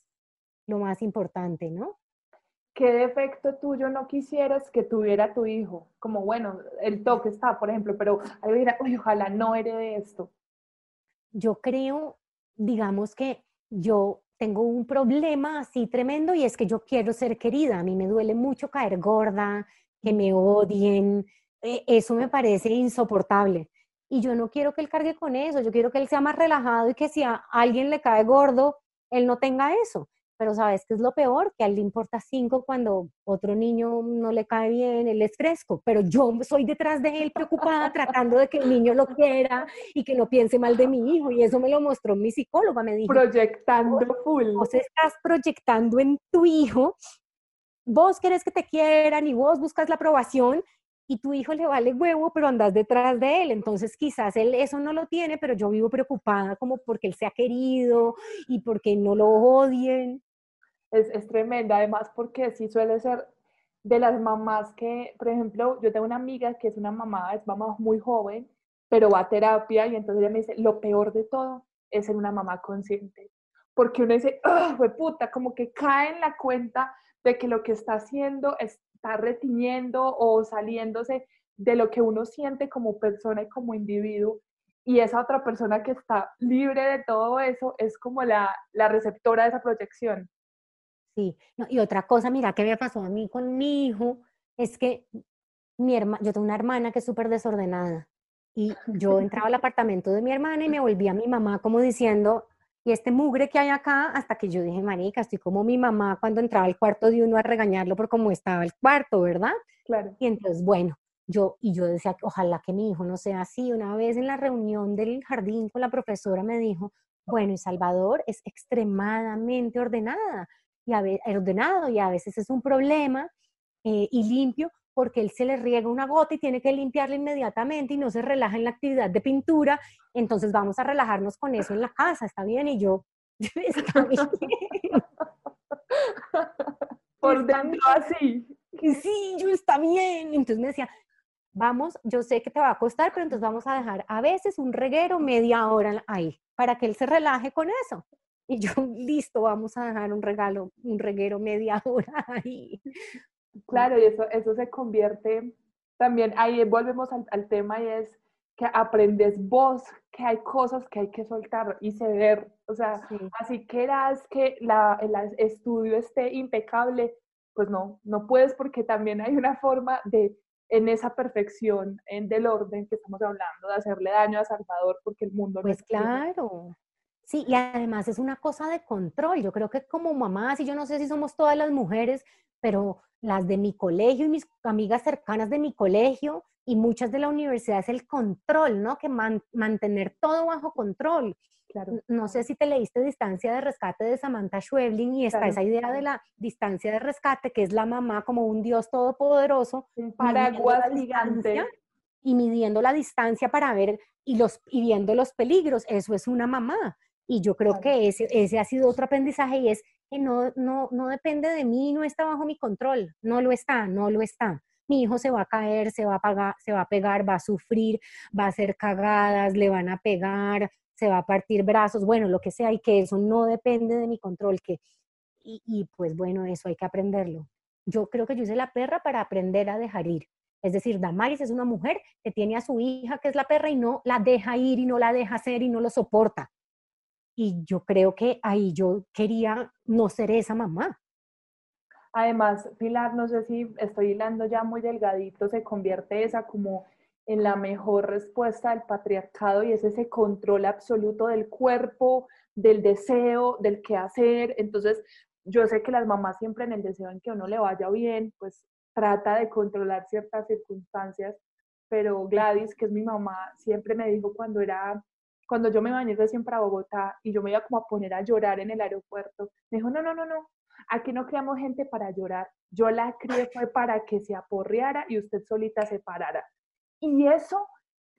lo más importante, ¿no? ¿qué defecto tuyo no quisieras que tuviera tu hijo? Como, bueno, el toque está, por ejemplo, pero ahí dirá, uy, ojalá no herede esto. Yo creo, digamos que yo tengo un problema así tremendo y es que yo quiero ser querida. A mí me duele mucho caer gorda, que me odien. Eso me parece insoportable. Y yo no quiero que él cargue con eso. Yo quiero que él sea más relajado y que si a alguien le cae gordo, él no tenga eso. Pero ¿sabes qué es lo peor? Que a él le importa cinco cuando otro niño no le cae bien, él es fresco. Pero yo soy detrás de él preocupada tratando de que el niño lo quiera y que no piense mal de mi hijo. Y eso me lo mostró mi psicóloga. Me dijo, Proyectando full. vos estás proyectando en tu hijo, vos querés que te quieran y vos buscas la aprobación y tu hijo le vale huevo, pero andas detrás de él. Entonces quizás él eso no lo tiene, pero yo vivo preocupada como porque él sea querido y porque no lo odien. Es tremenda, además porque sí suele ser de las mamás que, por ejemplo, yo tengo una amiga que es mamá muy joven, pero va a terapia y entonces ella me dice, lo peor de todo es ser una mamá consciente, porque uno dice, ¡oh, fue puta! Como que cae en la cuenta de que lo que está haciendo está está retiñendo o saliéndose de lo que uno siente como persona y como individuo, y esa otra persona que está libre de todo eso es como la receptora de esa proyección. Sí, no, y otra cosa, mira, que me pasó a mí con mi hijo, es que yo tengo una hermana que es súper desordenada y yo entraba al apartamento de mi hermana y me volvía mi mamá como diciendo, y este mugre que hay acá, hasta que yo dije, marica, estoy como mi mamá cuando entraba al cuarto de uno a regañarlo por cómo estaba el cuarto, ¿verdad? Claro. Y entonces, bueno, yo decía, ojalá que mi hijo no sea así. Una vez en la reunión del jardín con la profesora me dijo, bueno, y Salvador es extremadamente ordenado y a veces es un problema y limpio porque él se le riega una gota y tiene que limpiarla inmediatamente y no se relaja en la actividad de pintura, entonces vamos a relajarnos con eso en la casa, ¿está bien? Y yo, está bien, Por está dentro bien, así. sí, yo está bien. Entonces me decía, vamos, yo sé que te va a costar, pero entonces vamos a dejar a veces un reguero media hora ahí, para que él se relaje con eso. Y yo, listo, vamos a dejar un reguero media hora ahí. Claro, y eso se convierte también, ahí volvemos al tema y es que aprendes vos que hay cosas que hay que soltar y ceder. O sea, Sí. así quieras que el estudio esté impecable, pues no puedes porque también hay una forma de, en esa perfección del orden que estamos hablando, de hacerle daño a Salvador porque el mundo no es Pues así. claro. Sí, y además es una cosa de control. Yo creo que como mamás, y yo no sé si somos todas las mujeres, pero las de mi colegio y mis amigas cercanas de mi colegio y muchas de la universidad es el control, ¿no? Que mantener todo bajo control. Claro, No sé si te leíste Distancia de Rescate de Samantha Schweblin y está claro. esa idea de la distancia de rescate, que es la mamá como un Dios todopoderoso Un midiendo paraguas la distancia gigante. y midiendo la distancia para ver y viendo los peligros. Eso es una mamá. Y yo creo Claro. que ese ha sido otro aprendizaje y es que no depende de mí, no está bajo mi control. No lo está, no lo está. Mi hijo se va a caer, se va a pegar, va a sufrir, va a hacer cagadas, le van a pegar, se va a partir brazos, bueno, lo que sea, y que eso no depende de mi control, y pues bueno, eso hay que aprenderlo. Yo creo que yo hice la perra para aprender a dejar ir. Es decir, Damaris es una mujer que tiene a su hija que es la perra y no la deja ir y no la deja hacer y no lo soporta. Y yo creo que ahí yo quería no ser esa mamá. Además, Pilar, no sé si estoy hilando ya muy delgadito, se convierte esa como en la mejor respuesta del patriarcado y es ese control absoluto del cuerpo, del deseo, del qué hacer. Entonces, yo sé que las mamás siempre en el deseo en que uno le vaya bien, pues trata de controlar ciertas circunstancias, pero Gladys, que es mi mamá, siempre me dijo cuando yo me bañé recién para Bogotá y yo me iba como a poner a llorar en el aeropuerto, me dijo, no, aquí no criamos gente para llorar, yo la crié fue para que se aporreara y usted solita se parara. Y eso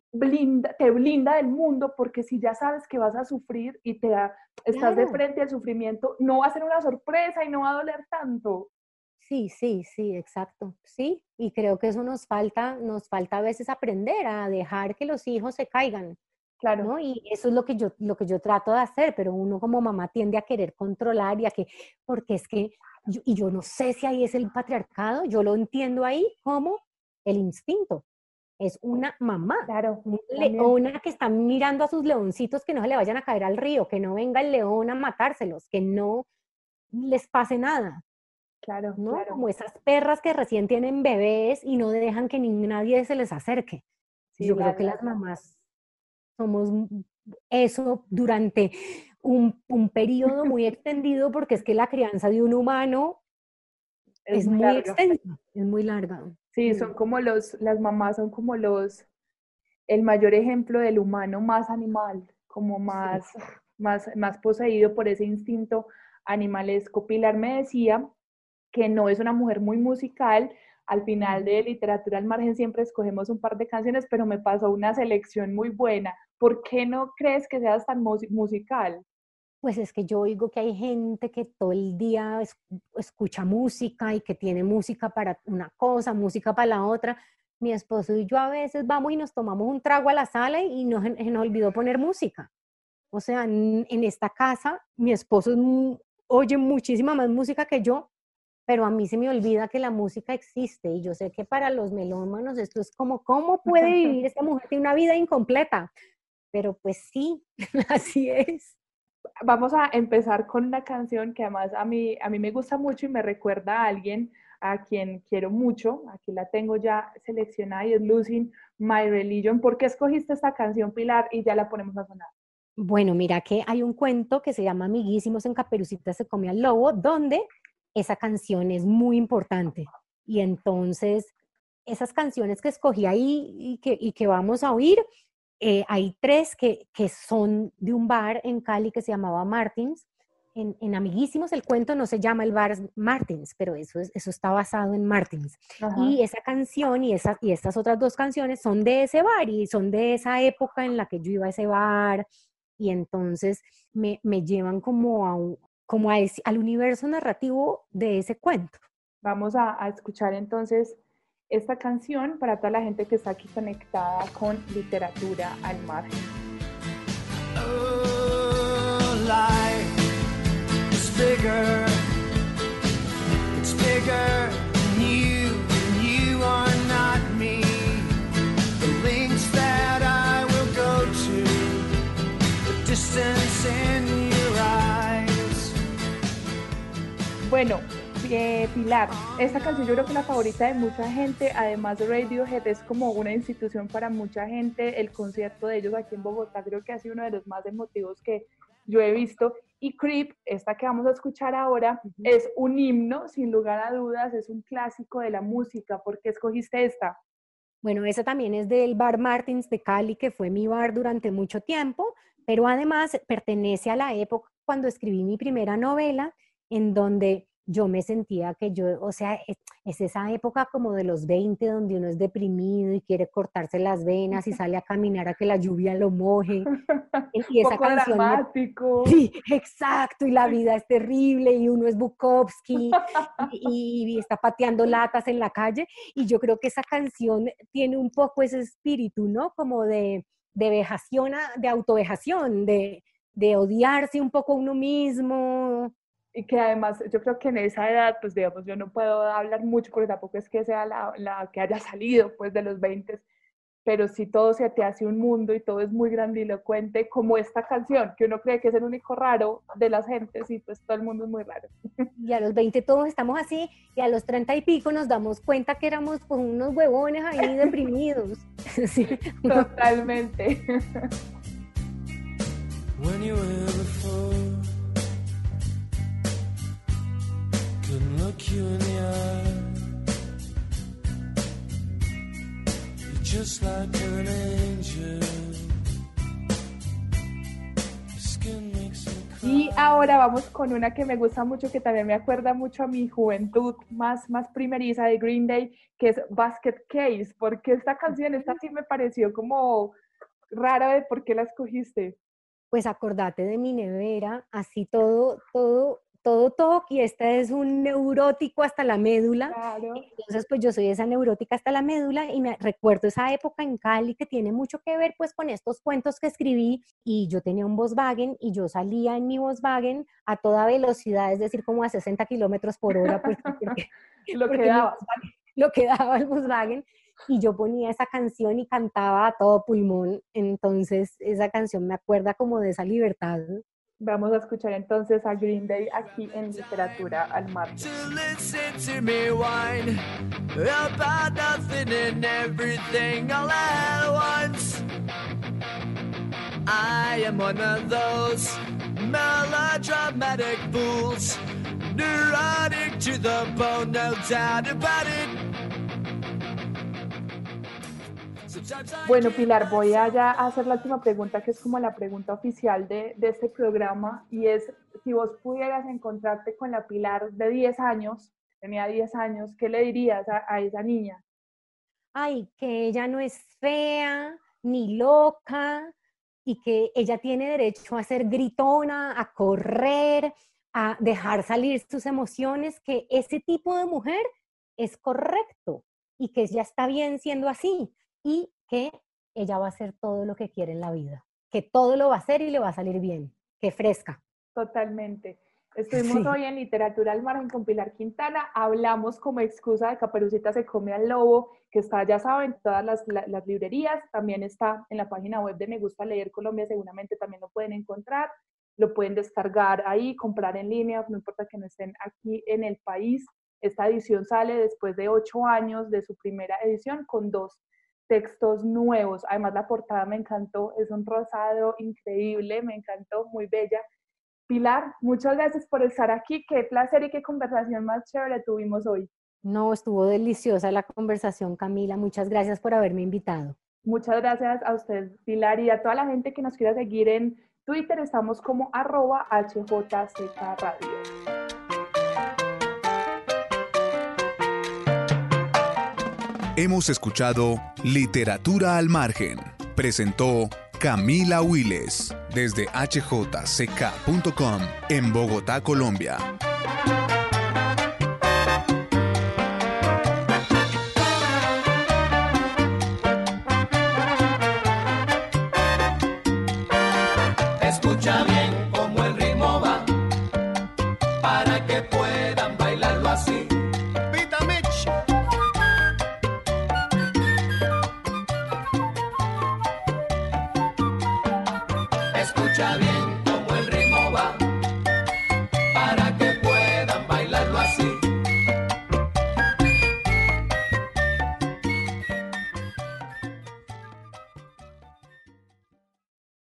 te blinda del mundo porque si ya sabes que vas a sufrir y estás de Claro. frente al sufrimiento, no va a ser una sorpresa y no va a doler tanto. Sí, sí, sí, exacto. Sí, y creo que eso nos falta a veces aprender a dejar que los hijos se caigan, Claro, ¿no? Y eso es lo que yo trato de hacer, pero uno como mamá tiende a querer controlar porque es que, y yo no sé si ahí es el patriarcado, yo lo entiendo ahí como el instinto. Es una mamá, claro, una también, leona que está mirando a sus leoncitos que no se le vayan a caer al río, que no venga el león a matárselos, que no les pase nada, claro, ¿no? claro. Como esas perras que recién tienen bebés y no dejan que nadie se les acerque. Sí, Yo creo que las mamás somos eso durante un periodo muy extendido porque es que la crianza de un humano es es muy muy larga. extensa, es muy larga. Sí, Mm. son como las mamás son como el mayor ejemplo del humano más animal, como Sí. más poseído por ese instinto animalesco. Pilar me decía que no es una mujer muy musical. Al final Mm. de Literatura al Margen siempre escogemos un par de canciones, pero me pasó una selección muy buena. ¿Por qué no crees que seas tan musical? Pues es que yo oigo que hay gente que todo el día escucha música y que tiene música para una cosa, música para la otra. Mi esposo y yo a veces vamos y nos tomamos un trago a la sala y se nos olvidó poner música. O sea, en esta casa mi esposo oye muchísima más música que yo pero a mí se me olvida que la música existe y yo sé que para los melómanos esto es como, ¿cómo puede vivir esta mujer? Tiene una vida incompleta, pero pues sí, así es. Vamos a empezar con una canción que además a mí me gusta mucho y me recuerda a alguien a quien quiero mucho. Aquí la tengo ya seleccionada y es Losing My Religion. ¿Por qué escogiste esta canción, Pilar? Y ya la ponemos a sonar. Bueno, mira que hay un cuento que se llama Amiguísimos en Caperucita se come al lobo, donde esa canción es muy importante. Y entonces, esas canciones que escogí ahí y que vamos a oír, hay tres que son de un bar en Cali que se llamaba Martins. En Amiguísimos el cuento no se llama el bar Martins, pero eso está basado en Martins. Ajá. Y esa canción y estas otras dos canciones son de ese bar y son de esa época en la que yo iba a ese bar y entonces me llevan como, al universo narrativo de ese cuento. Vamos a escuchar entonces esta canción para toda la gente que está aquí conectada con Literatura al Margen. Oh, life is bigger. It's bigger than you, and you are not me. The links that I will go to, the distance in your eyes. Bueno, Pilar, esta canción yo creo que es la favorita de mucha gente, además de Radiohead, es como una institución para mucha gente. El concierto de ellos aquí en Bogotá creo que ha sido uno de los más emotivos que yo he visto. Y Creep, esta que vamos a escuchar ahora, es un himno, sin lugar a dudas, es un clásico de la música. ¿Por qué escogiste esta? Bueno, esa también es del bar Martins de Cali, que fue mi bar durante mucho tiempo, pero además pertenece a la época cuando escribí mi primera novela, en donde yo me sentía que yo, o sea, es esa época como de los 20 donde uno es deprimido y quiere cortarse las venas y sale a caminar a que la lluvia lo moje. Y Un esa poco canción dramático. Sí, exacto, y la vida es terrible y uno es Bukowski y está pateando latas en la calle y yo creo que esa canción tiene un poco ese espíritu, ¿no? Como de vejación, de autovejación, de odiarse un poco a uno mismo. Y que además yo creo que en esa edad, pues digamos, yo no puedo hablar mucho porque tampoco es que sea la que haya salido pues de los 20, pero si todo se te hace un mundo y todo es muy grandilocuente, como esta canción, que uno cree que es el único raro de las gentes y pues todo el mundo es muy raro. Y a los 20 todos estamos así, y a los 30 y pico nos damos cuenta que éramos pues, unos huevones ahí deprimidos. Sí. Totalmente. When you were before, couldn't look you in the eye. You're just like an angel. Your skin makes me cry. Y ahora vamos con una que me gusta mucho, que también me acuerda mucho a mi juventud más primeriza de Green Day, que es Basket Case, porque esta canción, esta sí me pareció como rara de por qué la escogiste. Pues acordate de mi nevera, así todo, y este es un neurótico hasta la médula. Claro. Entonces, pues yo soy esa neurótica hasta la médula y me recuerdo esa época en Cali que tiene mucho que ver pues con estos cuentos que escribí y yo tenía un Volkswagen y yo salía en mi Volkswagen a toda velocidad, es decir, como a 60 kilómetros por hora, pues, porque lo que daba el Volkswagen. Y yo ponía esa canción y cantaba a todo pulmón, entonces esa canción me acuerda como de esa libertad. Vamos a escuchar entonces a Green Day aquí en Literatura al Margen. To listen to me whine about nothing and everything all at once. I am one of those melodramatic fools, neurotic to the bone, no doubt about it. Bueno, Pilar, voy a ya hacer la última pregunta, que es como la pregunta oficial de este programa, y es, si vos pudieras encontrarte con la Pilar de 10 años, tenía 10 años, ¿qué le dirías a esa niña? Ay, que ella no es fea ni loca y que ella tiene derecho a ser gritona, a correr, a dejar salir sus emociones, que ese tipo de mujer es correcto y que ya está bien siendo así y que ella va a hacer todo lo que quiere en la vida, que todo lo va a hacer y le va a salir bien, que fresca. Totalmente. Estuvimos Sí. hoy en Literatura al Margen con Pilar Quintana, hablamos como excusa de Caperucita se come al lobo, que está, ya saben, en todas las librerías, también está en la página web de Me Gusta Leer Colombia, seguramente también lo pueden encontrar, lo pueden descargar ahí, comprar en línea, no importa que no estén aquí en el país. Esta edición sale después de 8 años de su primera edición con 2 textos nuevos. Además, la portada me encantó, es un rosado increíble, me encantó, muy bella. Pilar, muchas gracias por estar aquí. Qué placer y qué conversación más chévere tuvimos hoy. No, estuvo deliciosa la conversación, Camila. Muchas gracias por haberme invitado. Muchas gracias a usted, Pilar, y a toda la gente que nos quiera seguir en Twitter. Estamos como @HJCK Radio. Hemos escuchado Literatura al Margen. Presentó Camila Huiles desde hjck.com en Bogotá, Colombia. Escucha bien cómo el ritmo va, para que puedan bailarlo así. Pita Mitch. Escucha bien.